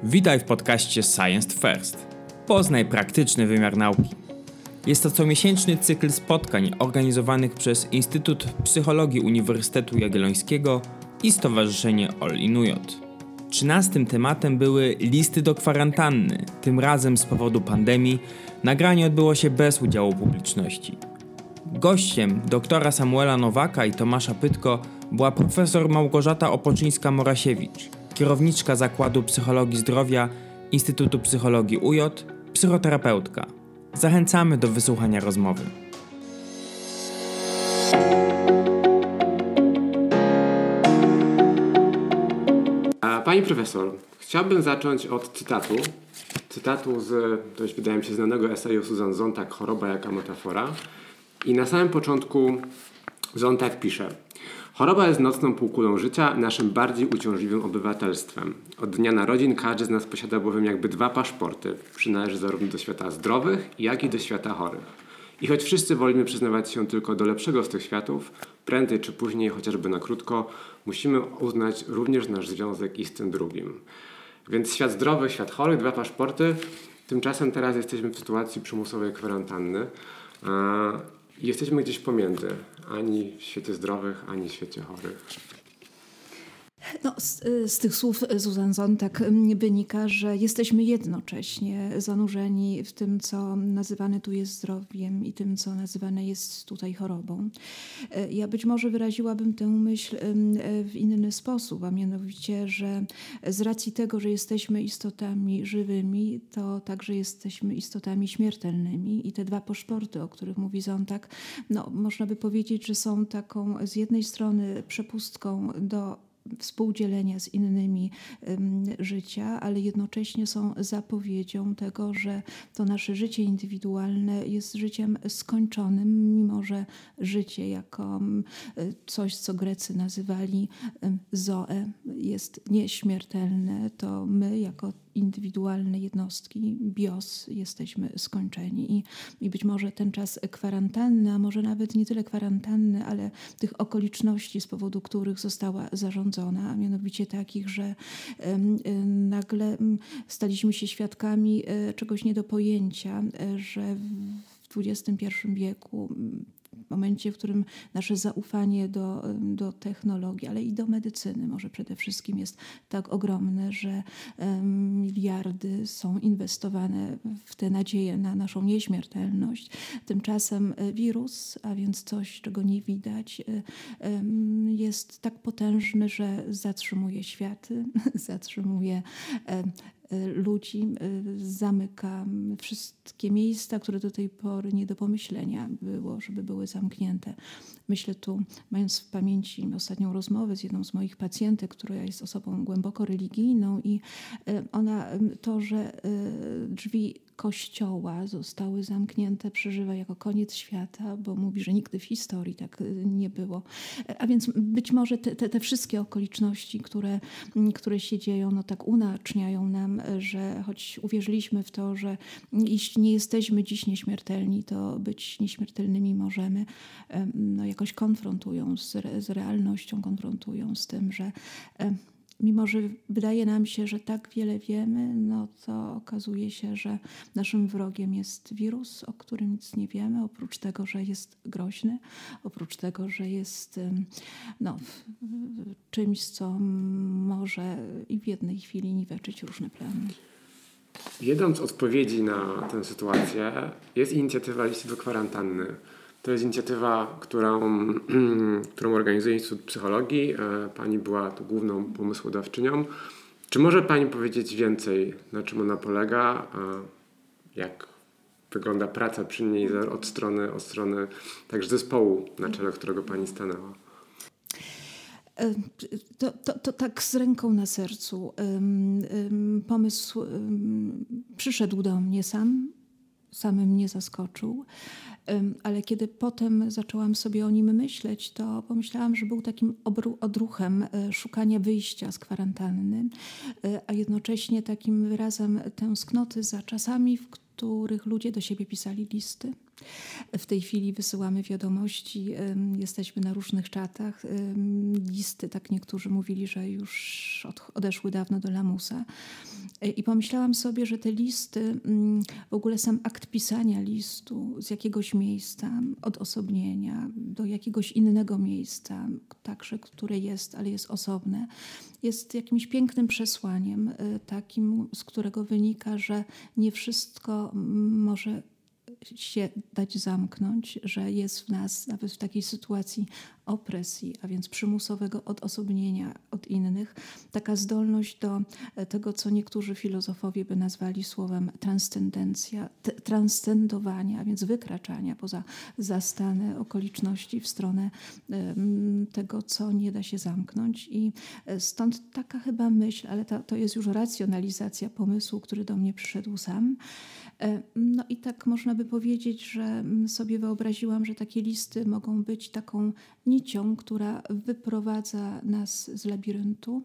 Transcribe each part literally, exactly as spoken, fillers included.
Witaj w podcaście Science First. Poznaj praktyczny wymiar nauki. Jest to comiesięczny cykl spotkań organizowanych przez Instytut Psychologii Uniwersytetu Jagiellońskiego i Stowarzyszenie All in U J. Trzynastym tematem były listy do kwarantanny. Tym razem z powodu pandemii nagranie odbyło się bez udziału publiczności. Gościem doktora Samuela Nowaka i Tomasza Pytko była profesor Małgorzata Opoczyńska-Morasiewicz, kierowniczka Zakładu Psychologii Zdrowia Instytutu Psychologii U J, psychoterapeutka. Zachęcamy do wysłuchania rozmowy. Pani profesor, chciałbym zacząć od cytatu. Cytatu z dość, wydaje mi się, znanego eseju Susan Sontag, Choroba jaka metafora. I na samym początku Sontag pisze: choroba jest nocną półkulą życia, naszym bardziej uciążliwym obywatelstwem. Od dnia narodzin każdy z nas posiada bowiem jakby dwa paszporty. Przynależy zarówno do świata zdrowych, jak i do świata chorych. I choć wszyscy wolimy przyznawać się tylko do lepszego z tych światów, prędzej czy później, chociażby na krótko, musimy uznać również nasz związek i z tym drugim. Więc świat zdrowy, świat chorych, dwa paszporty. Tymczasem teraz jesteśmy w sytuacji przymusowej kwarantanny. I jesteśmy gdzieś pomiędzy. Ani w świecie zdrowych, ani w świecie chorych. No, z, z tych słów Susan Sontag wynika, że jesteśmy jednocześnie zanurzeni w tym, co nazywane tu jest zdrowiem i tym, co nazywane jest tutaj chorobą. Ja być może wyraziłabym tę myśl w inny sposób, a mianowicie, że z racji tego, że jesteśmy istotami żywymi, to także jesteśmy istotami śmiertelnymi i te dwa paszporty, o których mówi Sontag, no, można by powiedzieć, że są taką z jednej strony przepustką do współdzielenia z innymi um, życia, ale jednocześnie są zapowiedzią tego, że to nasze życie indywidualne jest życiem skończonym, mimo że życie jako um, coś, co Grecy nazywali um, zoe, jest nieśmiertelne, to my jako indywidualne jednostki, bios, jesteśmy skończeni. I, I być może ten czas kwarantanny, a może nawet nie tyle kwarantanny, ale tych okoliczności, z powodu których została zarządzona, a mianowicie takich, że um, nagle staliśmy się świadkami e, czegoś nie do pojęcia, e, że w dwudziestym pierwszym wieku, w momencie, w którym nasze zaufanie do, do technologii, ale i do medycyny może przede wszystkim jest tak ogromne, że um, miliardy są inwestowane w te nadzieje na naszą nieśmiertelność. Tymczasem wirus, a więc coś, czego nie widać, um, jest tak potężny, że zatrzymuje światy, zatrzymuje um, ludzi, zamyka wszystkie miejsca, które do tej pory nie do pomyślenia było, żeby były zamknięte. Myślę tu, mając w pamięci ostatnią rozmowę z jedną z moich pacjentek, która jest osobą głęboko religijną i ona to, że drzwi kościoła zostały zamknięte, przeżywa jako koniec świata, bo mówi, że nigdy w historii tak nie było. A więc być może te, te, te wszystkie okoliczności, które, które się dzieją, no tak unaczniają nam, że choć uwierzyliśmy w to, że jeśli nie jesteśmy dziś nieśmiertelni, to być nieśmiertelnymi możemy, no jakoś konfrontują z, z realnością, konfrontują z tym, że mimo że wydaje nam się, że tak wiele wiemy, no to okazuje się, że naszym wrogiem jest wirus, o którym nic nie wiemy, oprócz tego, że jest groźny, oprócz tego, że jest no, czymś, co może i w jednej chwili niweczyć różne plany. Jedną z odpowiedzi na tę sytuację jest inicjatywa listy do kwarantanny. To jest inicjatywa, którą, którą organizuje Instytut Psychologii. Pani była tu główną pomysłodawczynią. Czy może Pani powiedzieć więcej, na czym ona polega, jak wygląda praca przy niej od strony, od strony także zespołu, na czele którego Pani stanęła? To, to, to tak z ręką na sercu. Pomysł przyszedł do mnie sam, sam mnie zaskoczył. Ale kiedy potem zaczęłam sobie o nim myśleć, to pomyślałam, że był takim odruchem szukania wyjścia z kwarantanny, a jednocześnie takim wyrazem tęsknoty za czasami, w których ludzie do siebie pisali listy. W tej chwili wysyłamy wiadomości, jesteśmy na różnych czatach. Listy, tak niektórzy mówili, że już odeszły dawno do lamusa. I pomyślałam sobie, że te listy, w ogóle sam akt pisania listu z jakiegoś miejsca, odosobnienia do jakiegoś innego miejsca, także które jest, ale jest osobne, jest jakimś pięknym przesłaniem, takim, z którego wynika, że nie wszystko może się dać zamknąć, że jest w nas nawet w takiej sytuacji opresji, a więc przymusowego odosobnienia od innych, taka zdolność do tego, co niektórzy filozofowie by nazwali słowem transcendencja, t- transcendowania, a więc wykraczania poza zastane okoliczności w stronę um, tego, co nie da się zamknąć. I stąd taka chyba myśl, ale to, to jest już racjonalizacja pomysłu, który do mnie przyszedł sam. No i tak można by powiedzieć, że sobie wyobraziłam, że takie listy mogą być taką nicią, która wyprowadza nas z labiryntu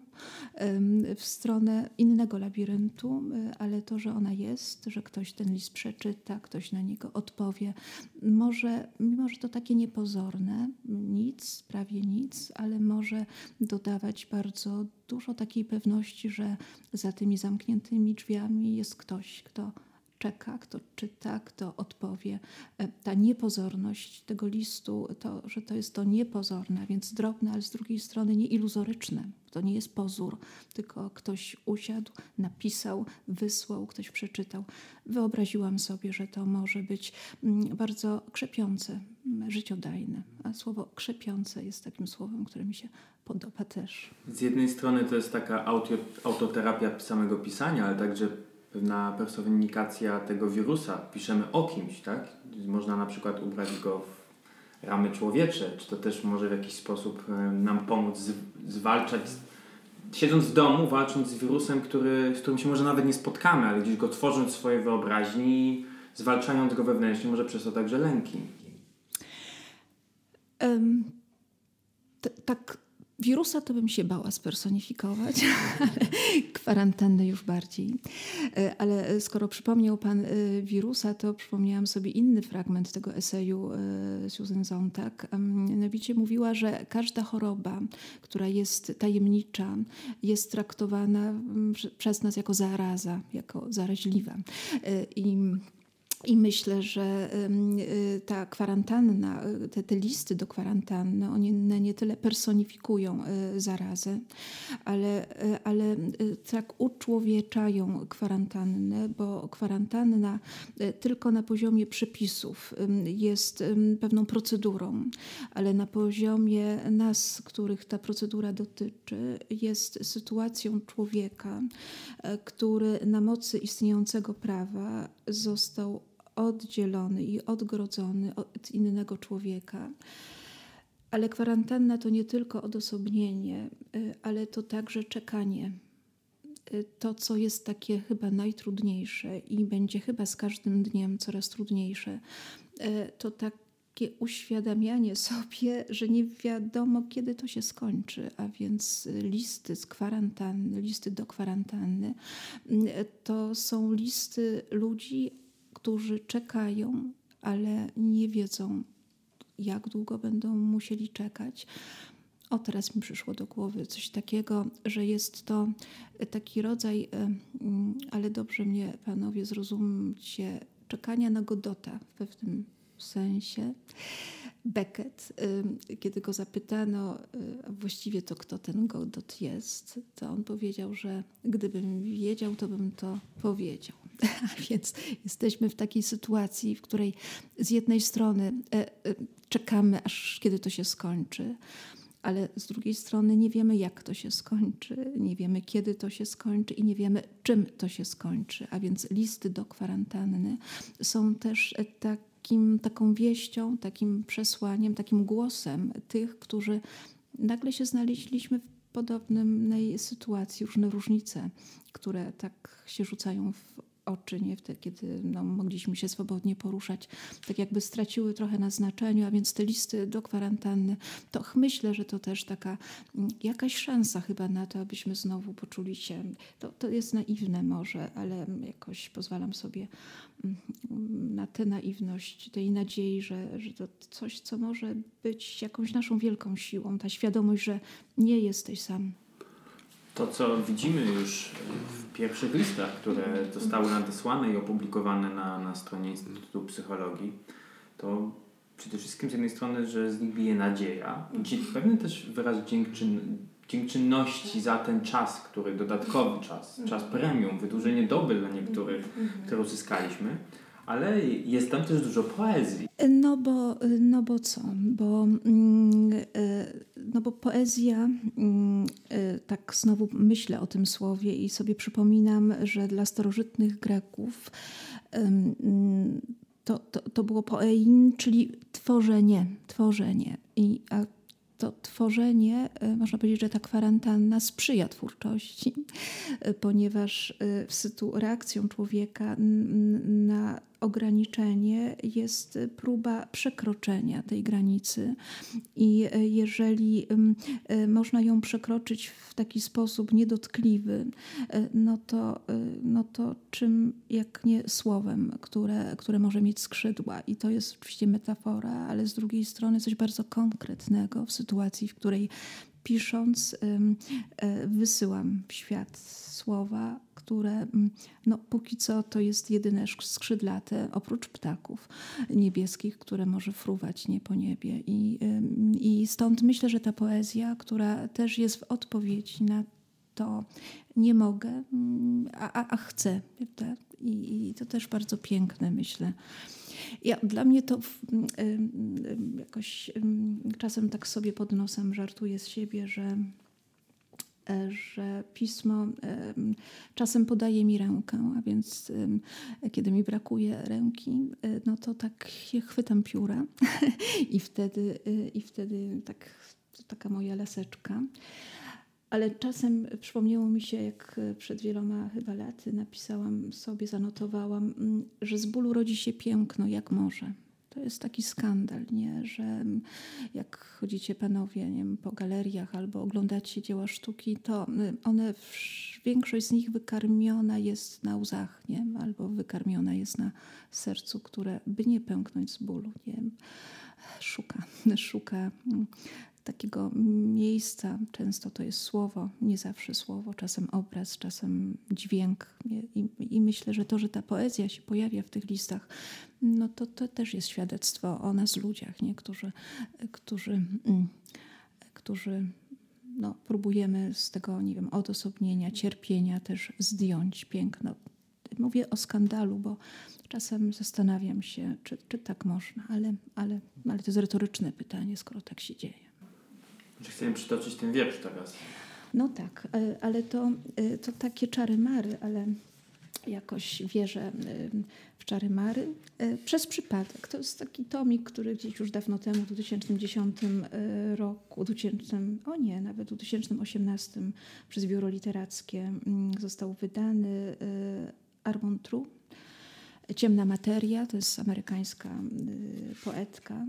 w stronę innego labiryntu, ale to, że ona jest, że ktoś ten list przeczyta, ktoś na niego odpowie, może, mimo że to takie niepozorne, nic, prawie nic, ale może dodawać bardzo dużo takiej pewności, że za tymi zamkniętymi drzwiami jest ktoś, kto czeka, kto czyta, kto odpowie. Ta niepozorność tego listu, to, że to jest to niepozorne, a więc drobne, ale z drugiej strony nieiluzoryczne. To nie jest pozór, tylko ktoś usiadł, napisał, wysłał, ktoś przeczytał. Wyobraziłam sobie, że to może być bardzo krzepiące, życiodajne. A słowo krzepiące jest takim słowem, które mi się podoba też. Z jednej strony to jest taka auto, autoterapia samego pisania, ale także pewna personifikacja tego wirusa. Piszemy o kimś, tak? Można na przykład ubrać go w ramy człowiecze, czy to też może w jakiś sposób nam pomóc z, zwalczać, siedząc w domu, walcząc z wirusem, który, z którym się może nawet nie spotkamy, ale gdzieś go tworząc w swojej wyobraźni, zwalczając go wewnętrznie, może przez to także lęki. Um, t- tak Wirusa to bym się bała spersonifikować, ale kwarantannę już bardziej. Ale skoro przypomniał pan wirusa, to przypomniałam sobie inny fragment tego eseju Susan Sontag. Mianowicie mówiła, że każda choroba, która jest tajemnicza, jest traktowana przez nas jako zaraza, jako zaraźliwa. I I myślę, że ta kwarantanna, te, te listy do kwarantanny, one nie tyle personifikują zarazę, ale, ale tak uczłowieczają kwarantannę, bo kwarantanna tylko na poziomie przepisów jest pewną procedurą, ale na poziomie nas, których ta procedura dotyczy, jest sytuacją człowieka, który na mocy istniejącego prawa został oddzielony i odgrodzony od innego człowieka. Ale kwarantanna to nie tylko odosobnienie, ale to także czekanie. To, co jest takie chyba najtrudniejsze i będzie chyba z każdym dniem coraz trudniejsze, to takie uświadamianie sobie, że nie wiadomo, kiedy to się skończy, a więc listy z kwarantanny, listy do kwarantanny, to są listy ludzi, którzy czekają, ale nie wiedzą, jak długo będą musieli czekać. O, teraz mi przyszło do głowy coś takiego, że jest to taki rodzaj, ale dobrze mnie panowie zrozumcie, czekania na Godota w pewnym sensie. Beckett, kiedy go zapytano, a właściwie to kto ten Godot jest, to on powiedział, że gdybym wiedział, to bym to powiedział. A więc jesteśmy w takiej sytuacji, w której z jednej strony czekamy, aż kiedy to się skończy, ale z drugiej strony nie wiemy, jak to się skończy, nie wiemy, kiedy to się skończy i nie wiemy, czym to się skończy. A więc listy do kwarantanny są też takim, taką wieścią, takim przesłaniem, takim głosem tych, którzy nagle się znaleźliśmy w podobnej sytuacji, różne różnice, które tak się rzucają w oczy, nie? Wtedy, kiedy no, mogliśmy się swobodnie poruszać, tak jakby straciły trochę na znaczeniu, a więc te listy do kwarantanny, to myślę, że to też taka jakaś szansa chyba na to, abyśmy znowu poczuli się, to, to jest naiwne może, ale jakoś pozwalam sobie na tę naiwność, tej nadziei, że, że to coś, co może być jakąś naszą wielką siłą, ta świadomość, że nie jesteś sam. To, co widzimy już w pierwszych listach, które zostały nadesłane i opublikowane na, na stronie Instytutu Psychologii, to przede wszystkim z jednej strony, że z nich bije nadzieja i pewien też wyraz dziękczyn, dziękczynności za ten czas, który dodatkowy czas, czas premium, wydłużenie doby dla niektórych, które uzyskaliśmy, ale jest tam też dużo poezji. No bo, no bo co? Bo, no bo poezja, tak znowu myślę o tym słowie i sobie przypominam, że dla starożytnych Greków to, to, to było poein, czyli tworzenie, tworzenie. I, a to tworzenie, można powiedzieć, że ta kwarantanna sprzyja twórczości, ponieważ w sytu reakcją człowieka na ograniczenie jest próba przekroczenia tej granicy i jeżeli można ją przekroczyć w taki sposób niedotkliwy, no to, no to czym jak nie słowem, które, które może mieć skrzydła. I to jest oczywiście metafora, ale z drugiej strony coś bardzo konkretnego w sytuacji, w której pisząc wysyłam w świat słowa, które no, póki co to jest jedyne skrzydlate, oprócz ptaków niebieskich, które może fruwać nie po niebie. I, i stąd myślę, że ta poezja, która też jest w odpowiedzi na to nie mogę, a, a, a chcę. I, I to też bardzo piękne, myślę. Ja, dla mnie to y, y, jakoś y, czasem tak sobie pod nosem żartuję z siebie, że że pismo czasem podaje mi rękę, a więc kiedy mi brakuje ręki, no to tak się chwytam pióra i wtedy, i wtedy tak, taka moja laseczka. Ale czasem przypomniało mi się, jak przed wieloma chyba laty napisałam sobie, zanotowałam, że z bólu rodzi się piękno jak morze. To jest taki skandal, nie? Że jak chodzicie panowie, nie wiem, po galeriach albo oglądacie dzieła sztuki, to one, większość z nich wykarmiona jest na łzach, nie? Albo wykarmiona jest na sercu, które by nie pęknąć z bólu, nie wiem, szuka, szuka takiego miejsca. Często to jest słowo, nie zawsze słowo, czasem obraz, czasem dźwięk. I, i myślę, że to, że ta poezja się pojawia w tych listach, no to, to też jest świadectwo o nas ludziach, nie? Którzy, którzy, którzy no, próbujemy z tego, nie wiem, odosobnienia, cierpienia też zdjąć piękno. Mówię o skandalu, bo czasem zastanawiam się, czy, czy tak można, ale, ale, ale to jest retoryczne pytanie, skoro tak się dzieje. Czy chcemy przytoczyć ten wiersz teraz? No tak, ale to, to takie czary-mary, ale jakoś wierzę w czary-mary przez przypadek. To jest taki tomik, który gdzieś już dawno temu, w dwa tysiące dziesiątym roku, dwutysięcznym, o nie, nawet w dwa tysiące osiemnastym przez Biuro Literackie został wydany. Armand True. Ciemna materia, to jest amerykańska poetka.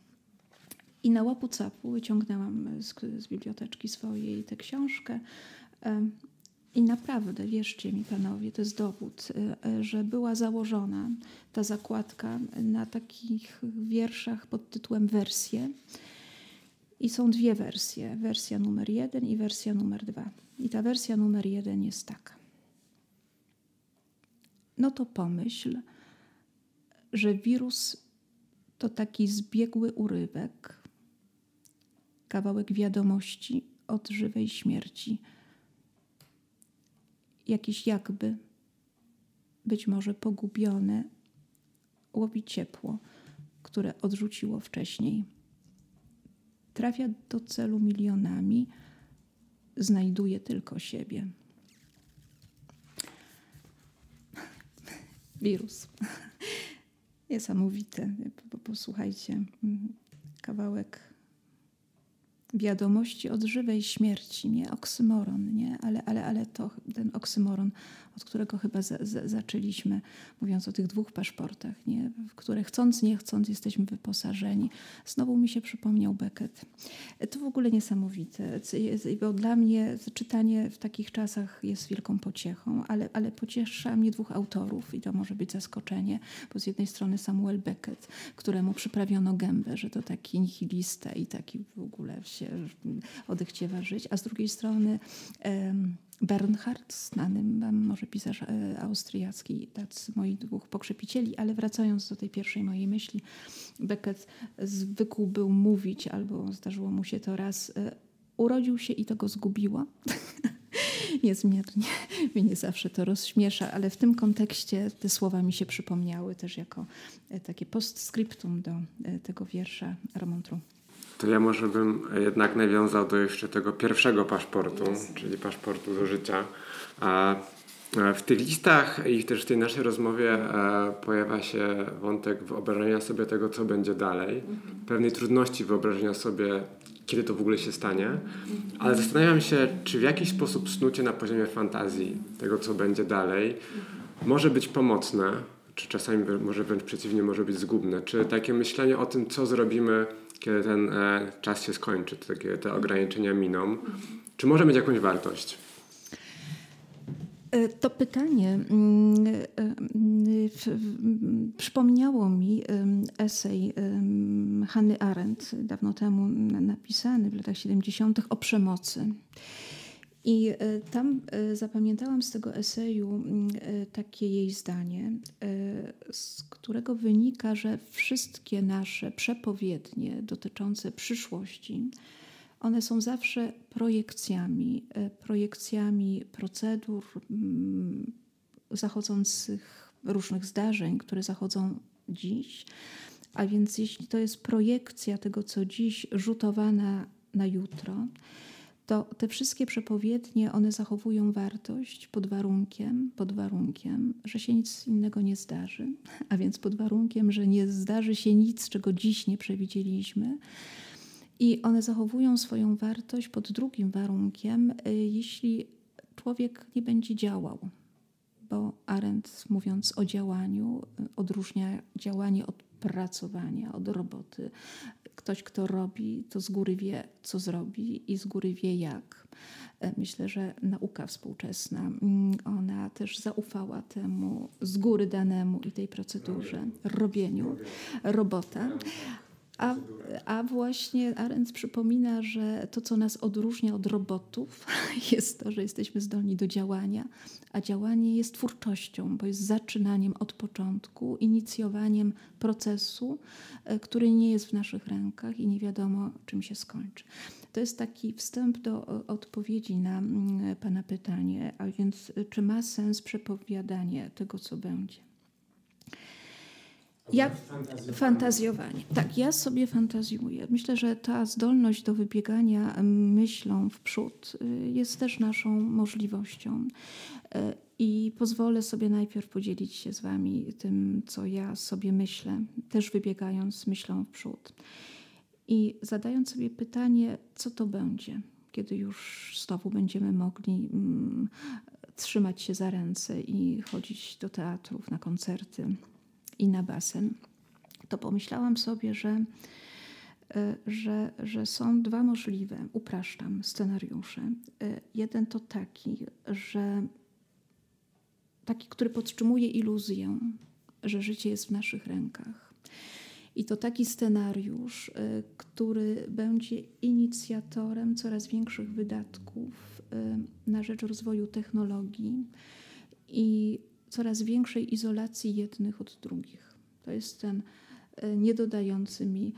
I na łapu capu wyciągnęłam z, z biblioteczki swojej tę książkę. I naprawdę, wierzcie mi panowie, to jest dowód, że była założona ta zakładka na takich wierszach pod tytułem Wersje. I są dwie wersje. Wersja numer jeden i wersja numer dwa. I ta wersja numer jeden jest taka. No to pomyśl, że wirus to taki zbiegły urywek, kawałek wiadomości od żywej śmierci. Jakieś jakby, być może pogubione, łowi ciepło, które odrzuciło wcześniej. Trafia do celu milionami, znajduje tylko siebie. Wirus. Niesamowite. Posłuchajcie, kawałek Wiadomości od żywej śmierci, nie? Oksymoron, nie? Ale, ale, ale to ten oksymoron, od którego chyba za, za, zaczęliśmy, mówiąc o tych dwóch paszportach, nie? W które chcąc, nie chcąc jesteśmy wyposażeni. Znowu mi się przypomniał Beckett. To w ogóle niesamowite, bo dla mnie czytanie w takich czasach jest wielką pociechą, ale, ale pociesza mnie dwóch autorów i to może być zaskoczenie, bo z jednej strony Samuel Beckett, któremu przyprawiono gębę, że to taki nihilista i taki w ogóle się odechciewa żyć, a z drugiej strony um, Bernhard, znany może pisarz e, austriacki, tacy moi dwóch pokrzepicieli, ale wracając do tej pierwszej mojej myśli, Beckett zwykł był mówić, albo zdarzyło mu się to raz, e, urodził się i to go zgubiło. Niezmiernie mnie nie zawsze to rozśmiesza, ale w tym kontekście te słowa mi się przypomniały też jako e, takie postscriptum do e, tego wiersza Remontrou. To ja może bym jednak nawiązał do jeszcze tego pierwszego paszportu, yes. czyli paszportu do życia. A w tych listach i też w tej naszej rozmowie pojawia się wątek wyobrażenia sobie tego, co będzie dalej, mm-hmm. pewnej trudności wyobrażenia sobie, kiedy to w ogóle się stanie, mm-hmm. ale zastanawiam się, czy w jakiś sposób snucie na poziomie fantazji tego, co będzie dalej, mm-hmm. może być pomocne, czy czasami może wręcz przeciwnie, może być zgubne. Czy takie myślenie o tym, co zrobimy, kiedy ten e, czas się skończy, te, te ograniczenia miną, czy może mieć jakąś wartość? To pytanie przypomniało mi esej Hanny Arendt, dawno temu napisany w latach siedemdziesiątych o przemocy. I tam zapamiętałam z tego eseju takie jej zdanie, z którego wynika, że wszystkie nasze przepowiednie dotyczące przyszłości, one są zawsze projekcjami, projekcjami procedur zachodzących, różnych zdarzeń, które zachodzą dziś. A więc jeśli to jest projekcja tego, co dziś, rzutowana na jutro, to te wszystkie przepowiednie, one zachowują wartość pod warunkiem, pod warunkiem, że się nic innego nie zdarzy, a więc pod warunkiem, że nie zdarzy się nic, czego dziś nie przewidzieliśmy. I one zachowują swoją wartość pod drugim warunkiem, jeśli człowiek nie będzie działał. Bo Arendt, mówiąc o działaniu, odróżnia działanie od pracowania, od roboty. Ktoś, kto robi, to z góry wie, co zrobi i z góry wie, jak. Myślę, że nauka współczesna, ona też zaufała temu z góry danemu i tej procedurze, robieniu robota. A, a właśnie Arendt przypomina, że to, co nas odróżnia od robotów, jest to, że jesteśmy zdolni do działania, a działanie jest twórczością, bo jest zaczynaniem od początku, inicjowaniem procesu, który nie jest w naszych rękach i nie wiadomo, czym się skończy. To jest taki wstęp do odpowiedzi na Pana pytanie, a więc czy ma sens przepowiadanie tego, co będzie? Ja, fantazjowanie. fantazjowanie. Tak, ja sobie fantazjuję. Myślę, że ta zdolność do wybiegania myślą w przód jest też naszą możliwością. I pozwolę sobie najpierw podzielić się z Wami tym, co ja sobie myślę, też wybiegając myślą w przód. I zadając sobie pytanie, co to będzie, kiedy już znowu będziemy mogli mm, trzymać się za ręce i chodzić do teatrów, na koncerty i na basen, to pomyślałam sobie, że, że, że są dwa możliwe, upraszczam, scenariusze. Jeden to taki, że taki, który podtrzymuje iluzję, że życie jest w naszych rękach. I to taki scenariusz, który będzie inicjatorem coraz większych wydatków na rzecz rozwoju technologii i coraz większej izolacji jednych od drugich. To jest ten nie dodający mi,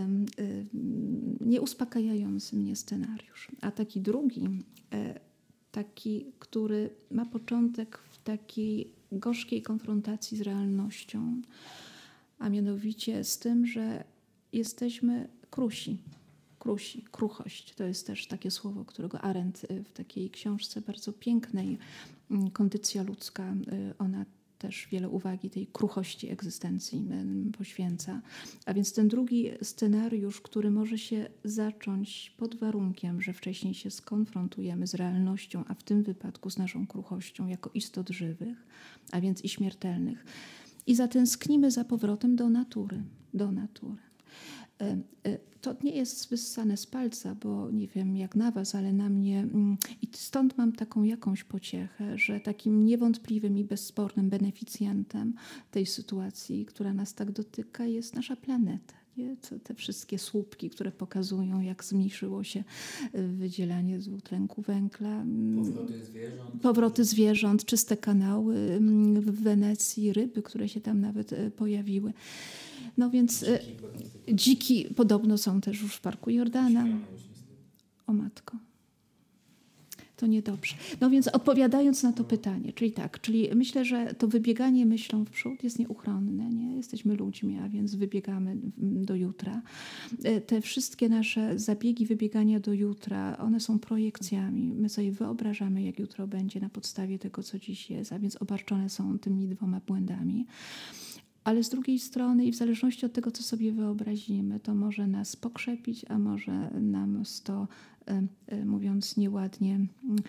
nie uspokajający mnie scenariusz. A taki drugi, taki, który ma początek w takiej gorzkiej konfrontacji z realnością, a mianowicie z tym, że jesteśmy krusi. Krusi, kruchość. To jest też takie słowo, którego Arendt w takiej książce bardzo pięknej, Kondycja ludzka, ona też wiele uwagi tej kruchości egzystencji poświęca. A więc ten drugi scenariusz, który może się zacząć pod warunkiem, że wcześniej się skonfrontujemy z realnością, a w tym wypadku z naszą kruchością jako istot żywych, a więc i śmiertelnych, i zatęsknimy za powrotem do natury, do natury. To nie jest wyssane z palca, bo nie wiem jak na was, ale na mnie i stąd mam taką jakąś pociechę, że takim niewątpliwym i bezspornym beneficjentem tej sytuacji, która nas tak dotyka, jest nasza planeta. Nie? Te wszystkie słupki, które pokazują, jak zmniejszyło się wydzielanie dwutlenku węgla. Powroty zwierząt. Powroty zwierząt, czyste kanały w Wenecji, ryby, które się tam nawet pojawiły. No więc dziki, dziki podobno są też już w Parku Jordana. O matko. To niedobrze. No więc odpowiadając na to pytanie, czyli tak, czyli myślę, że to wybieganie myślą w przód jest nieuchronne, nie? Jesteśmy ludźmi, a więc wybiegamy do jutra. Te wszystkie nasze zabiegi wybiegania do jutra, one są projekcjami. My sobie wyobrażamy, jak jutro będzie na podstawie tego, co dziś jest, a więc obarczone są tymi dwoma błędami. Ale z drugiej strony i w zależności od tego, co sobie wyobrazimy, to może nas pokrzepić, a może nam to, mówiąc nieładnie,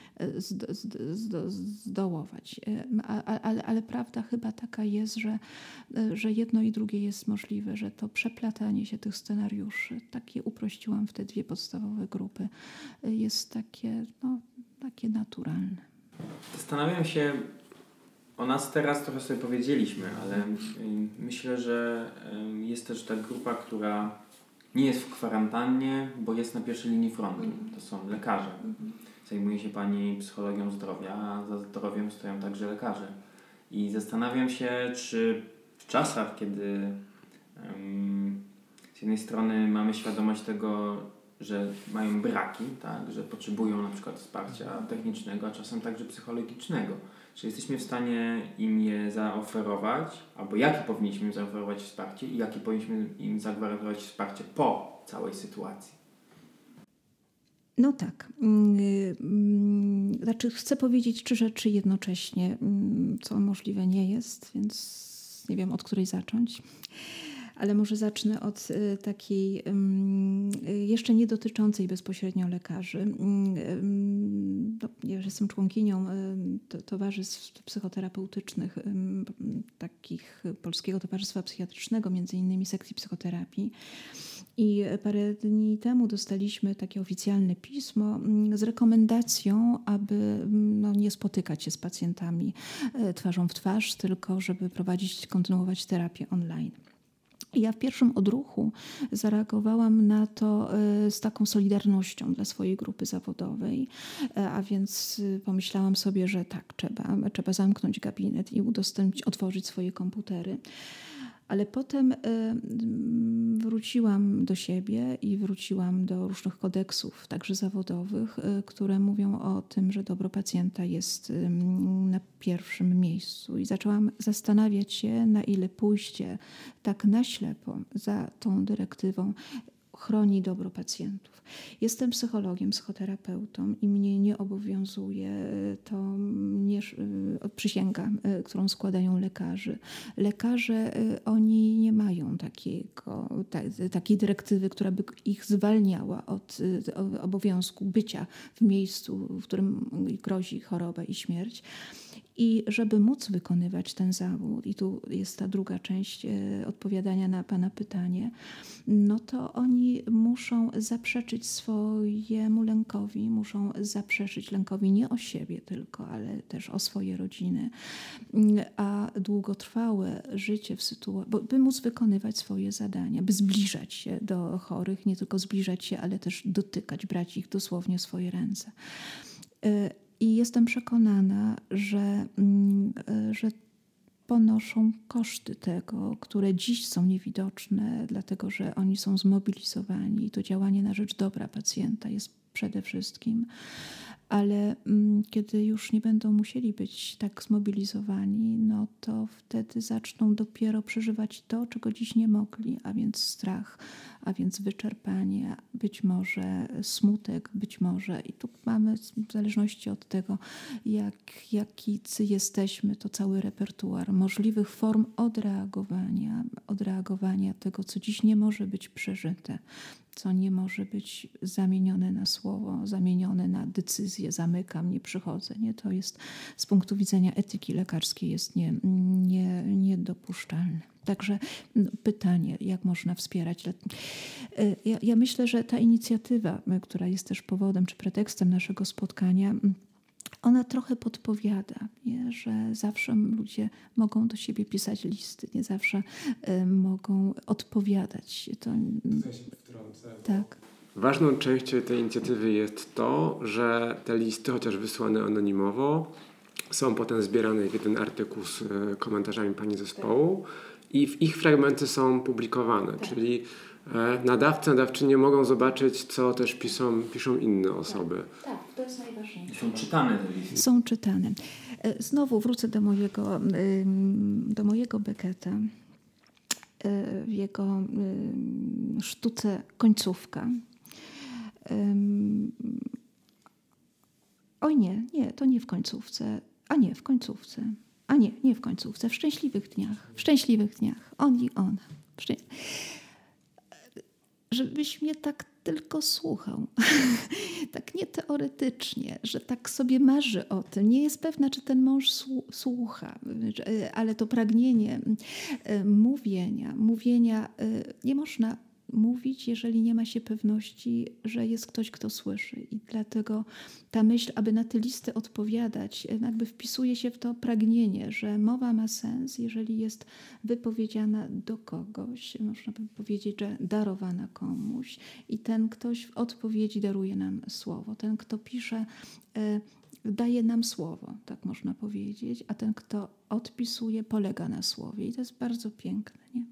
zdołować. Ale, ale prawda chyba taka jest, że, że jedno i drugie jest możliwe, że to przeplatanie się tych scenariuszy, takie uprościłam w te dwie podstawowe grupy, jest takie, no, takie naturalne. Zastanawiam się, o nas teraz trochę sobie powiedzieliśmy, ale myślę, że jest też ta grupa, która nie jest w kwarantannie, bo jest na pierwszej linii frontu. To są lekarze. Zajmuje się pani psychologią zdrowia, a za zdrowiem stoją także lekarze. I zastanawiam się, czy w czasach, kiedy um, z jednej strony mamy świadomość tego, że mają braki, tak, że potrzebują na przykład wsparcia technicznego, a czasem także psychologicznego. Czy jesteśmy w stanie im je zaoferować, albo jakie powinniśmy im zaoferować wsparcie i jakie powinniśmy im zagwarantować wsparcie po całej sytuacji? No tak. Znaczy chcę powiedzieć trzy rzeczy jednocześnie, co możliwe nie jest, więc nie wiem, od której zacząć. Ale może zacznę od takiej jeszcze nie dotyczącej bezpośrednio lekarzy. No, ja jestem członkinią towarzystw psychoterapeutycznych, takich Polskiego Towarzystwa Psychiatrycznego, między innymi sekcji psychoterapii. I parę dni temu dostaliśmy takie oficjalne pismo z rekomendacją, aby no, nie spotykać się z pacjentami twarzą w twarz, tylko żeby prowadzić, kontynuować terapię online. Ja w pierwszym odruchu zareagowałam na to z taką solidarnością dla swojej grupy zawodowej, a więc pomyślałam sobie, że tak, trzeba, trzeba zamknąć gabinet i udostępnić, otworzyć swoje komputery. Ale potem wróciłam do siebie i wróciłam do różnych kodeksów, także zawodowych, które mówią o tym, że dobro pacjenta jest na pierwszym miejscu. I zaczęłam zastanawiać się, na ile pójście tak na ślepo za tą dyrektywą chroni dobro pacjentów. Jestem psychologiem, psychoterapeutą i mnie nie obowiązuje to nie, przysięga, którą składają lekarze. Lekarze, oni nie mają takiego, ta, takiej dyrektywy, która by ich zwalniała od obowiązku bycia w miejscu, w którym grozi choroba i śmierć. I żeby móc wykonywać ten zawód, i tu jest ta druga część odpowiadania na pana pytanie, no to oni muszą zaprzeczyć swojemu lękowi, muszą zaprzeczyć lękowi nie o siebie tylko, ale też o swoje rodziny. A długotrwałe życie w sytuacji, by móc wykonywać swoje zadania, by zbliżać się do chorych, nie tylko zbliżać się, ale też dotykać, brać ich dosłownie w swoje ręce. I jestem przekonana, że, że ponoszą koszty tego, które dziś są niewidoczne, dlatego że oni są zmobilizowani i to działanie na rzecz dobra pacjenta jest przede wszystkim. Ale mm, kiedy już nie będą musieli być tak zmobilizowani, no to wtedy zaczną dopiero przeżywać to, czego dziś nie mogli, a więc strach, a więc wyczerpanie, być może smutek, być może. I tu mamy, w zależności od tego, jak, jakicy jesteśmy, to cały repertuar możliwych form odreagowania, odreagowania tego, co dziś nie może być przeżyte, co nie może być zamienione na słowo, zamienione na decyzję, zamykam, nie przychodzę. Nie? To jest z punktu widzenia etyki lekarskiej jest nie, nie, niedopuszczalne. Także no, pytanie, jak można wspierać. Ja, ja myślę, że ta inicjatywa, która jest też powodem czy pretekstem naszego spotkania, ona trochę podpowiada, nie? Że zawsze ludzie mogą do siebie pisać listy, nie zawsze y, mogą odpowiadać. To, Tutaj się wtrącę. tak. Ważną częścią tej inicjatywy jest to, że te listy, chociaż wysłane anonimowo, są potem zbierane w jeden artykuł z y, komentarzami pani zespołu i w ich fragmenty są publikowane, tak. Czyli e, nadawcy, nadawczynie mogą zobaczyć, co też piszą, piszą inne osoby. Tak, tak, to jest najważniejsze. Są czytane te listy. Są czytane. Znowu wrócę do mojego, do mojego Becketa, w jego sztuce Końcówka. Oj nie, nie, to nie w końcówce, a nie, w końcówce. A nie, nie w końcówce, w szczęśliwych dniach. W szczęśliwych dniach. On i ona. Szczę... Żebyś mnie tak tylko słuchał. Tak nie teoretycznie, że tak sobie marzy o tym. Nie jest pewna, czy ten mąż słucha, ale to pragnienie mówienia, mówienia nie można mówić, jeżeli nie ma się pewności, że jest ktoś, kto słyszy. I dlatego ta myśl, aby na te listy odpowiadać, jakby wpisuje się w to pragnienie, że mowa ma sens, jeżeli jest wypowiedziana do kogoś, można by powiedzieć, że darowana komuś i ten ktoś w odpowiedzi daruje nam słowo. Ten, kto pisze, daje nam słowo, tak można powiedzieć, a ten, kto odpisuje, polega na słowie. I to jest bardzo piękne, nie?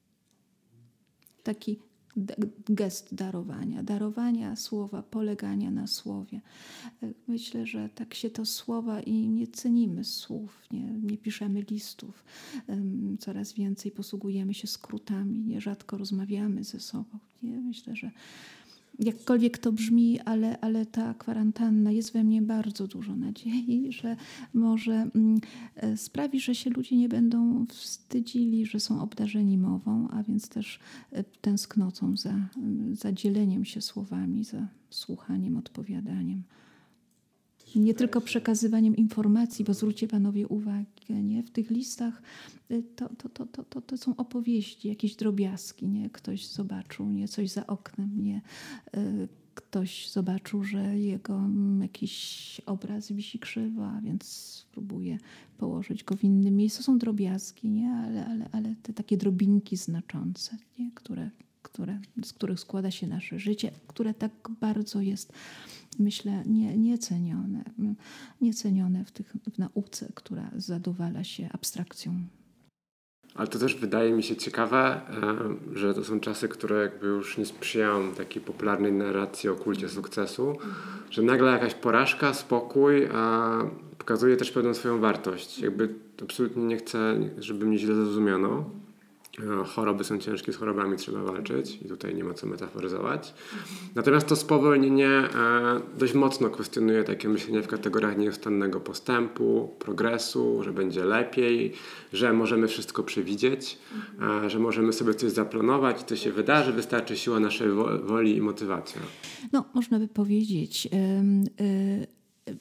Taki gest darowania, darowania słowa, polegania na słowie. Myślę, że tak się to słowa i nie cenimy słów, nie, nie piszemy listów. Coraz więcej posługujemy się skrótami, nierzadko rozmawiamy ze sobą. Nie? Myślę, że jakkolwiek to brzmi, ale, ale ta kwarantanna jest we mnie bardzo dużo nadziei, że może sprawi, że się ludzie nie będą wstydzili, że są obdarzeni mową, a więc też tęsknotą za, za dzieleniem się słowami, za słuchaniem, odpowiadaniem. Nie tylko przekazywaniem informacji, bo zwróćcie panowie uwagę, nie? W tych listach to, to, to, to, to, to są opowieści, jakieś drobiazgi. Nie? Ktoś zobaczył nie? Coś za oknem, nie? Ktoś zobaczył, że jego jakiś obraz wisi krzywo, a więc spróbuje położyć go w innym miejscu. To są drobiazgi, nie? Ale, ale, ale te takie drobinki znaczące, nie? Które, które, z których składa się nasze życie, które tak bardzo jest, myślę, nie, niecenione, niecenione w, tych, w nauce, która zadowala się abstrakcją. Ale to też wydaje mi się ciekawe, że to są czasy, które jakby już nie sprzyjają takiej popularnej narracji o kulcie sukcesu, że nagle jakaś porażka, spokój pokazuje też pewną swoją wartość. Jakby absolutnie nie chcę, żeby mnie źle zrozumiano. Choroby są ciężkie, z chorobami trzeba walczyć i tutaj nie ma co metaforyzować. Natomiast to spowolnienie e, dość mocno kwestionuje takie myślenie w kategoriach nieustannego postępu, progresu, że będzie lepiej, że możemy wszystko przewidzieć, e, że możemy sobie coś zaplanować i to się wydarzy, wystarczy siła naszej wo- woli i motywacja. No, można by powiedzieć, yy, yy,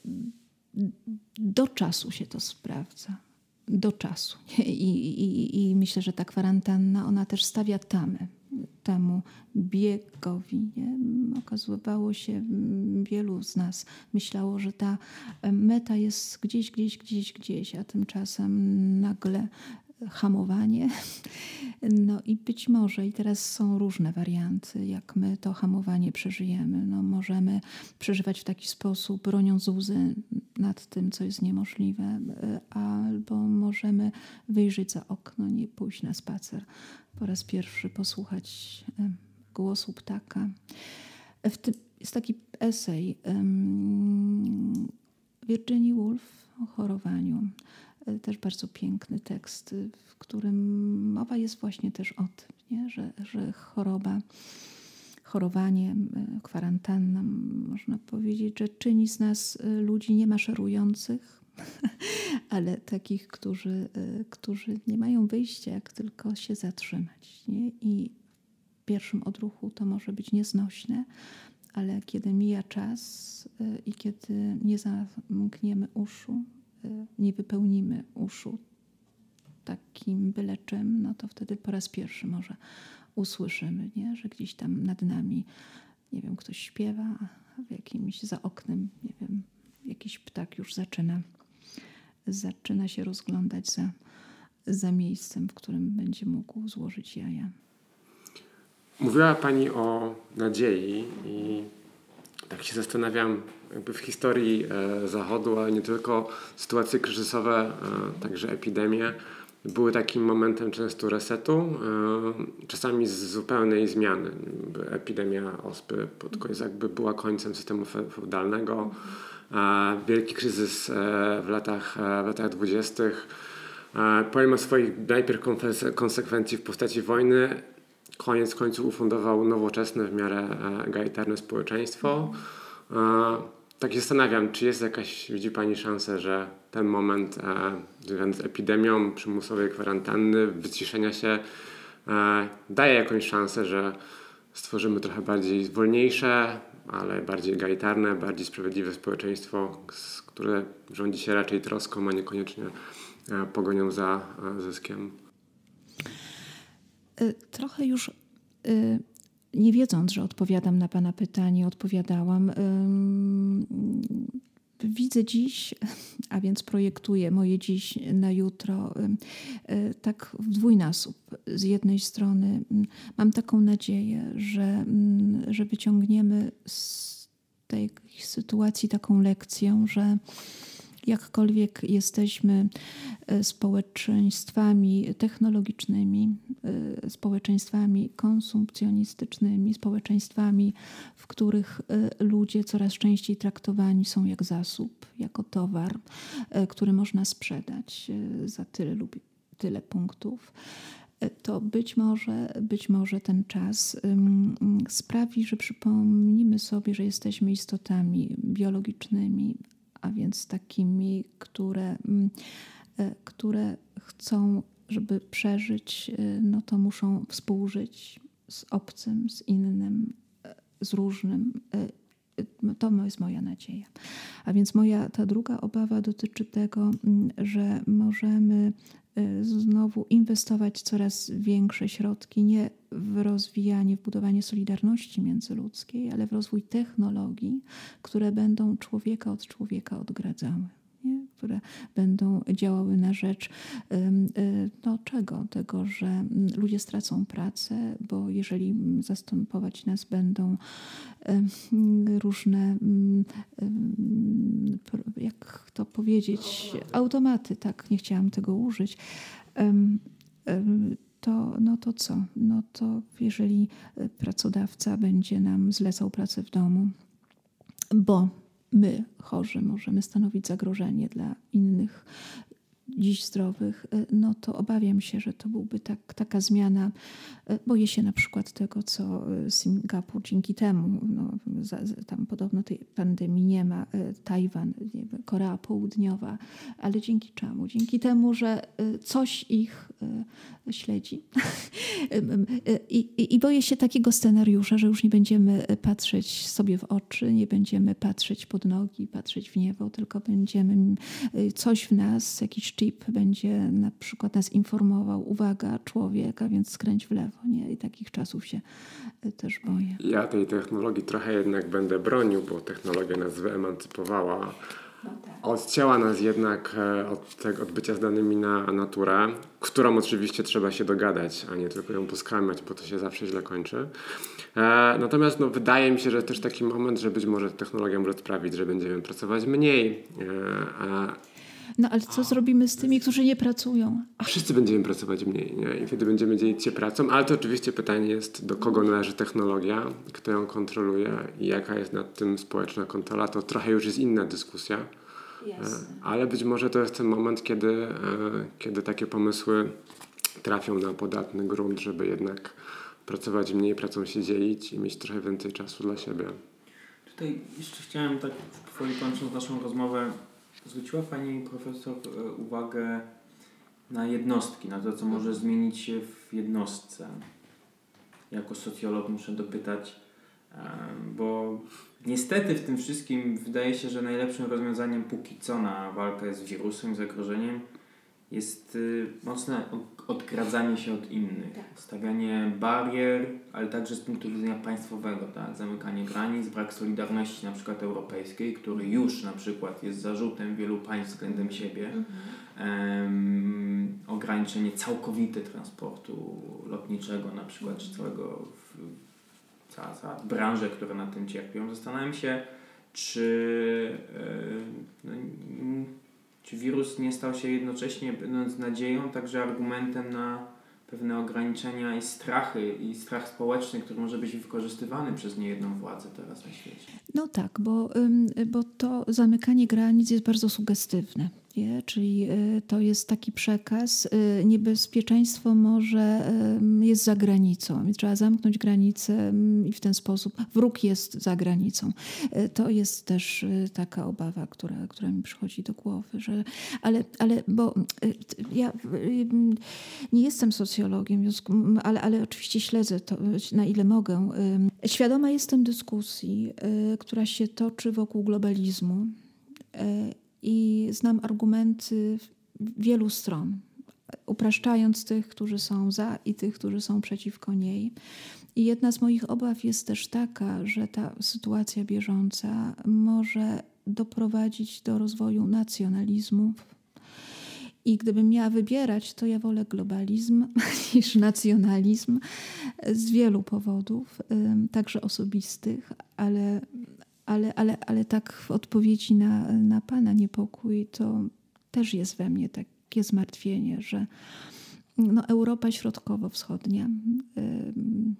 do czasu się to sprawdza. Do czasu. I, i, I myślę, że ta kwarantanna, ona też stawia tamę temu biegowi. Nie? Okazywało się, wielu z nas myślało, że ta meta jest gdzieś, gdzieś, gdzieś, gdzieś, a tymczasem nagle hamowanie. No i być może, i teraz są różne warianty, jak my to hamowanie przeżyjemy. No, możemy przeżywać w taki sposób, broniąc łzy nad tym, co jest niemożliwe, albo możemy wyjrzeć za okno, nie pójść na spacer, po raz pierwszy posłuchać głosu ptaka. W tym, jest taki esej um, Virginia Woolf o chorowaniu. Też bardzo piękny tekst, w którym mowa jest właśnie też o tym, nie? Że, że choroba, chorowanie, kwarantanna, można powiedzieć, że czyni z nas ludzi nie maszerujących, ale takich, którzy, którzy nie mają wyjścia, jak tylko się zatrzymać. Nie? I w pierwszym odruchu to może być nieznośne, ale kiedy mija czas i kiedy nie zamkniemy uszu, nie wypełnimy uszu takim byle czym, no to wtedy po raz pierwszy może usłyszymy, nie? Że gdzieś tam nad nami, nie wiem, ktoś śpiewa, a w jakimś za oknem, nie wiem, jakiś ptak już zaczyna, zaczyna się rozglądać za, za miejscem, w którym będzie mógł złożyć jaja. Mówiła Pani o nadziei i tak się zastanawiam, jakby w historii e, Zachodu, ale nie tylko, sytuacje kryzysowe, e, także epidemie, były takim momentem często resetu, e, czasami z zupełnej zmiany. Epidemia ospy pod koniec jakby była końcem systemu feudalnego. E, wielki kryzys e, w latach, e, w latach dwudziestych. E, pomimo swoich najpierw konsekwencji w postaci wojny, koniec końców ufundował nowoczesne, w miarę e, egalitarne społeczeństwo. E, tak się zastanawiam, czy jest jakaś, widzi Pani szansę, że ten moment e, związany z epidemią, przymusowej kwarantanny, wyciszenia się e, daje jakąś szansę, że stworzymy trochę bardziej wolniejsze, ale bardziej egalitarne, bardziej sprawiedliwe społeczeństwo, które rządzi się raczej troską, a niekoniecznie e, pogonią za e, zyskiem. Trochę już nie wiedząc, że odpowiadam na Pana pytanie, odpowiadałam. Widzę dziś, a więc projektuję moje dziś na jutro tak w dwójnasób. Z jednej strony mam taką nadzieję, że, że wyciągniemy z tej sytuacji taką lekcję, że jakkolwiek jesteśmy społeczeństwami technologicznymi, społeczeństwami konsumpcjonistycznymi, społeczeństwami, w których ludzie coraz częściej traktowani są jak zasób, jako towar, który można sprzedać za tyle lub tyle punktów, to być może, być może ten czas sprawi, że przypomnimy sobie, że jesteśmy istotami biologicznymi, a więc takimi, które, które chcą, żeby przeżyć, no to muszą współżyć z obcym, z innym, z różnym. To jest moja nadzieja. A więc moja ta druga obawa dotyczy tego, że możemy znowu inwestować coraz większe środki nie w rozwijanie, w budowanie solidarności międzyludzkiej, ale w rozwój technologii, które będą człowieka od człowieka odgradzały, nie? Które będą działały na rzecz no, czego? Tego, że ludzie stracą pracę, bo jeżeli zastępować nas będą różne, jak to powiedzieć, automaty, tak, nie chciałam tego użyć, to, no to co? No to jeżeli pracodawca będzie nam zlecał pracę w domu, bo my, chorzy, możemy stanowić zagrożenie dla innych dziś zdrowych, no to obawiam się, że to byłby tak, taka zmiana. Boję się na przykład tego, co Singapur dzięki temu, no, za, tam podobno tej pandemii nie ma, Tajwan, nie wiem, Korea Południowa, ale dzięki czemu? Dzięki temu, że coś ich śledzi. I, i, I boję się takiego scenariusza, że już nie będziemy patrzeć sobie w oczy, nie będziemy patrzeć pod nogi, patrzeć w niebo, tylko będziemy, coś w nas, jakiś chip będzie na przykład nas informował, uwaga, człowiek, a więc skręć w lewo, nie? I takich czasów się też boję. Ja tej technologii trochę jednak będę bronił, bo technologia nas wyemancypowała. No tak. Odcięła nas jednak od, tego, od bycia zdanymi na naturę, z którą oczywiście trzeba się dogadać, a nie tylko ją poskamiać, bo to się zawsze źle kończy. E, natomiast no, wydaje mi się, że też taki moment, że być może technologia może sprawić, że będziemy pracować mniej, e, a No ale co zrobimy z tymi, którzy nie pracują? Wszyscy będziemy pracować mniej, nie? I wtedy będziemy dzielić się pracą, ale to oczywiście pytanie jest, do kogo należy technologia, kto ją kontroluje i jaka jest nad tym społeczna kontrola. To trochę już jest inna dyskusja. Jasne. Ale być może to jest ten moment, kiedy, kiedy takie pomysły trafią na podatny grunt, żeby jednak pracować mniej, pracą się dzielić i mieć trochę więcej czasu dla siebie. Tutaj jeszcze chciałem tak powoli kończąc naszą rozmowę, zwróciła Pani profesor uwagę na jednostki, na to, co może zmienić się w jednostce. Jako socjolog muszę dopytać, bo niestety w tym wszystkim wydaje się, że najlepszym rozwiązaniem póki co na walkę z wirusem, zagrożeniem jest mocne odgradzanie się od innych, tak. Stawianie barier, ale także z punktu widzenia państwowego, tak? Zamykanie granic, brak solidarności na przykład europejskiej, który już na przykład jest zarzutem wielu państw względem siebie, mhm. um, ograniczenie całkowite transportu lotniczego na przykład, czy całego cała, cała branże, które na tym cierpią. Zastanawiam się, czy yy, no, czy wirus nie stał się jednocześnie, będąc nadzieją, także argumentem na pewne ograniczenia i strachy, i strach społeczny, który może być wykorzystywany przez niejedną władzę teraz na świecie? No tak, bo, bo to zamykanie granic jest bardzo sugestywne. Nie? Czyli to jest taki przekaz, niebezpieczeństwo może jest za granicą. Trzeba zamknąć granicę i w ten sposób wróg jest za granicą. To jest też taka obawa, która, która mi przychodzi do głowy. Że, ale, ale bo ja nie jestem socjologiem, ale, ale oczywiście śledzę to, na ile mogę. Świadoma jestem dyskusji, która się toczy wokół globalizmu. I znam argumenty wielu stron, upraszczając tych, którzy są za i tych, którzy są przeciwko niej. I jedna z moich obaw jest też taka, że ta sytuacja bieżąca może doprowadzić do rozwoju nacjonalizmu. I gdybym miała wybierać, to ja wolę globalizm niż nacjonalizm z wielu powodów, także osobistych, ale... Ale, ale, ale tak w odpowiedzi na, na Pana niepokój, to też jest we mnie takie zmartwienie, że no, Europa Środkowo-Wschodnia, yy,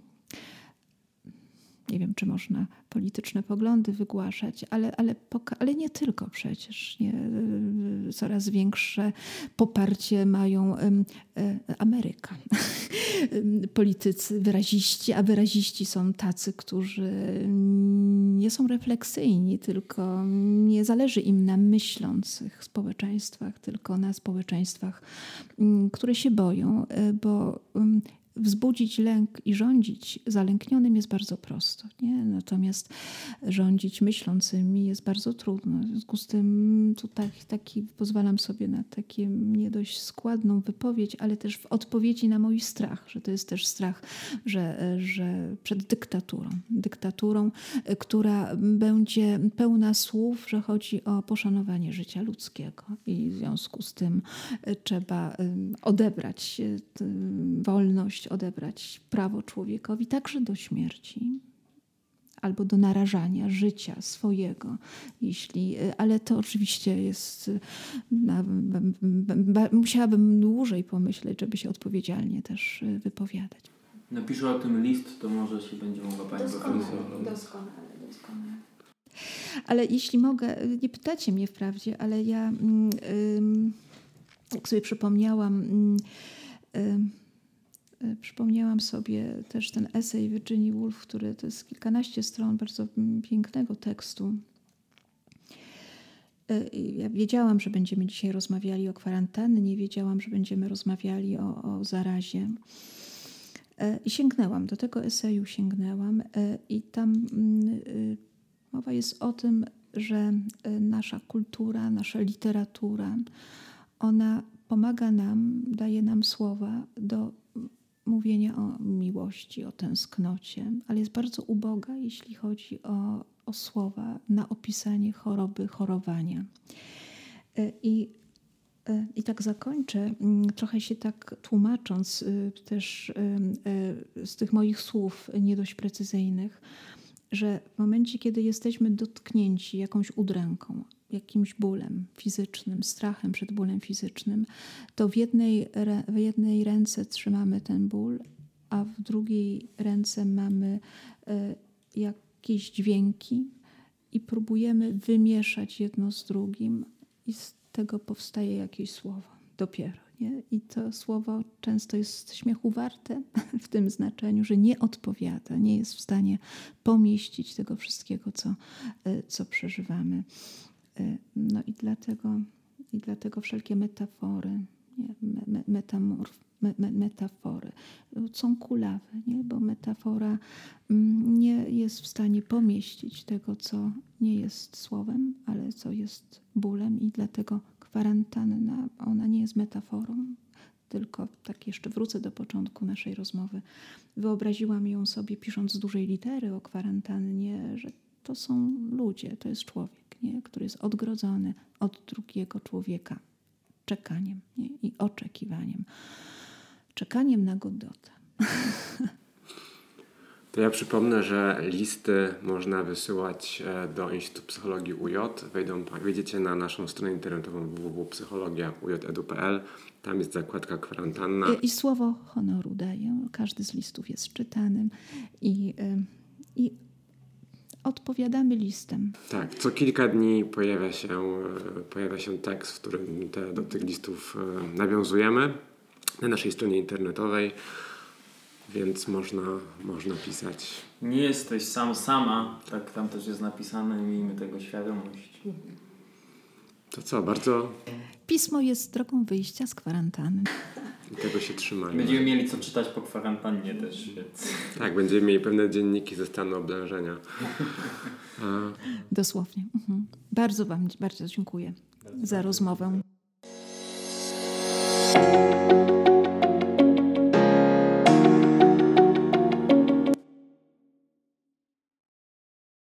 nie wiem, czy można polityczne poglądy wygłaszać, ale, ale, poka- ale nie tylko przecież. Nie, yy, coraz większe poparcie mają yy, yy, Ameryka. Politycy wyraziści, a wyraziści są tacy, którzy nie są refleksyjni, tylko nie zależy im na myślących społeczeństwach, tylko na społeczeństwach, które się boją, bo wzbudzić lęk i rządzić zalęknionym jest bardzo prosto. Nie? Natomiast rządzić myślącymi jest bardzo trudno. W związku z tym tutaj taki, pozwalam sobie na takie nie dość składną wypowiedź, ale też w odpowiedzi na mój strach, że to jest też strach, że, że przed dyktaturą. Dyktaturą, która będzie pełna słów, że chodzi o poszanowanie życia ludzkiego i w związku z tym trzeba odebrać wolność, odebrać prawo człowiekowi także do śmierci albo do narażania życia swojego, jeśli, ale to oczywiście jest, na, b, b, musiałabym dłużej pomyśleć, żeby się odpowiedzialnie też wypowiadać. Napiszę o tym list, to może się będzie mogła Pani doskonale, doskonale, doskonale. Ale jeśli mogę, nie pytacie mnie wprawdzie, ale ja jak sobie przypomniałam, Przypomniałam sobie też ten esej Virginia Woolf, który to jest kilkanaście stron bardzo pięknego tekstu. Ja wiedziałam, że będziemy dzisiaj rozmawiali o kwarantannie, wiedziałam, że będziemy rozmawiali o, o zarazie. I sięgnęłam, do tego eseju sięgnęłam i tam mowa jest o tym, że nasza kultura, nasza literatura, ona pomaga nam, daje nam słowa do mówienia o miłości, o tęsknocie, ale jest bardzo uboga, jeśli chodzi o, o słowa na opisanie choroby, chorowania. I, i tak zakończę, trochę się tak tłumacząc też z tych moich słów nie dość precyzyjnych, że w momencie, kiedy jesteśmy dotknięci jakąś udręką, jakimś bólem fizycznym, strachem przed bólem fizycznym, to w jednej, w jednej ręce trzymamy ten ból, a w drugiej ręce mamy y, jakieś dźwięki i próbujemy wymieszać jedno z drugim i z tego powstaje jakieś słowo dopiero. Nie? I to słowo często jest śmiechu warte w tym znaczeniu, że nie odpowiada, nie jest w stanie pomieścić tego wszystkiego, co, co przeżywamy. No i dlatego, i dlatego wszelkie metafory, nie? Me, metamorf, me, me, metafory są kulawe, nie? Bo metafora nie jest w stanie pomieścić tego, co nie jest słowem, ale co jest bólem i dlatego kwarantanna, ona nie jest metaforą, tylko tak jeszcze wrócę do początku naszej rozmowy. Wyobraziłam ją sobie pisząc z dużej litery o kwarantannie, że to są ludzie, to jest człowiek, nie? Który jest odgrodzony od drugiego człowieka czekaniem, nie? I oczekiwaniem. Czekaniem na Godota. To ja przypomnę, że listy można wysyłać do Instytutu Psychologii U J. Wejdą, wejdziecie na naszą stronę internetową w w w kropka psychologia u j edu kropka p l. Tam jest zakładka kwarantanna. I, i słowo honoru daję. Każdy z listów jest czytanym i, i odpowiadamy listem. Tak, co kilka dni pojawia się, pojawia się tekst, w którym te, do tych listów nawiązujemy na naszej stronie internetowej. Więc można, można pisać. Nie jesteś sam, sama. Tak tam też jest napisane. Miejmy tego świadomość. To co, bardzo... Pismo jest drogą wyjścia z kwarantanny. I tego się trzymajmy. Będziemy mieli co czytać po kwarantannie też. Więc... Tak, będziemy mieli pewne dzienniki ze stanu oblężenia. A... Dosłownie. Mhm. Bardzo wam bardzo dziękuję bardzo za rozmowę.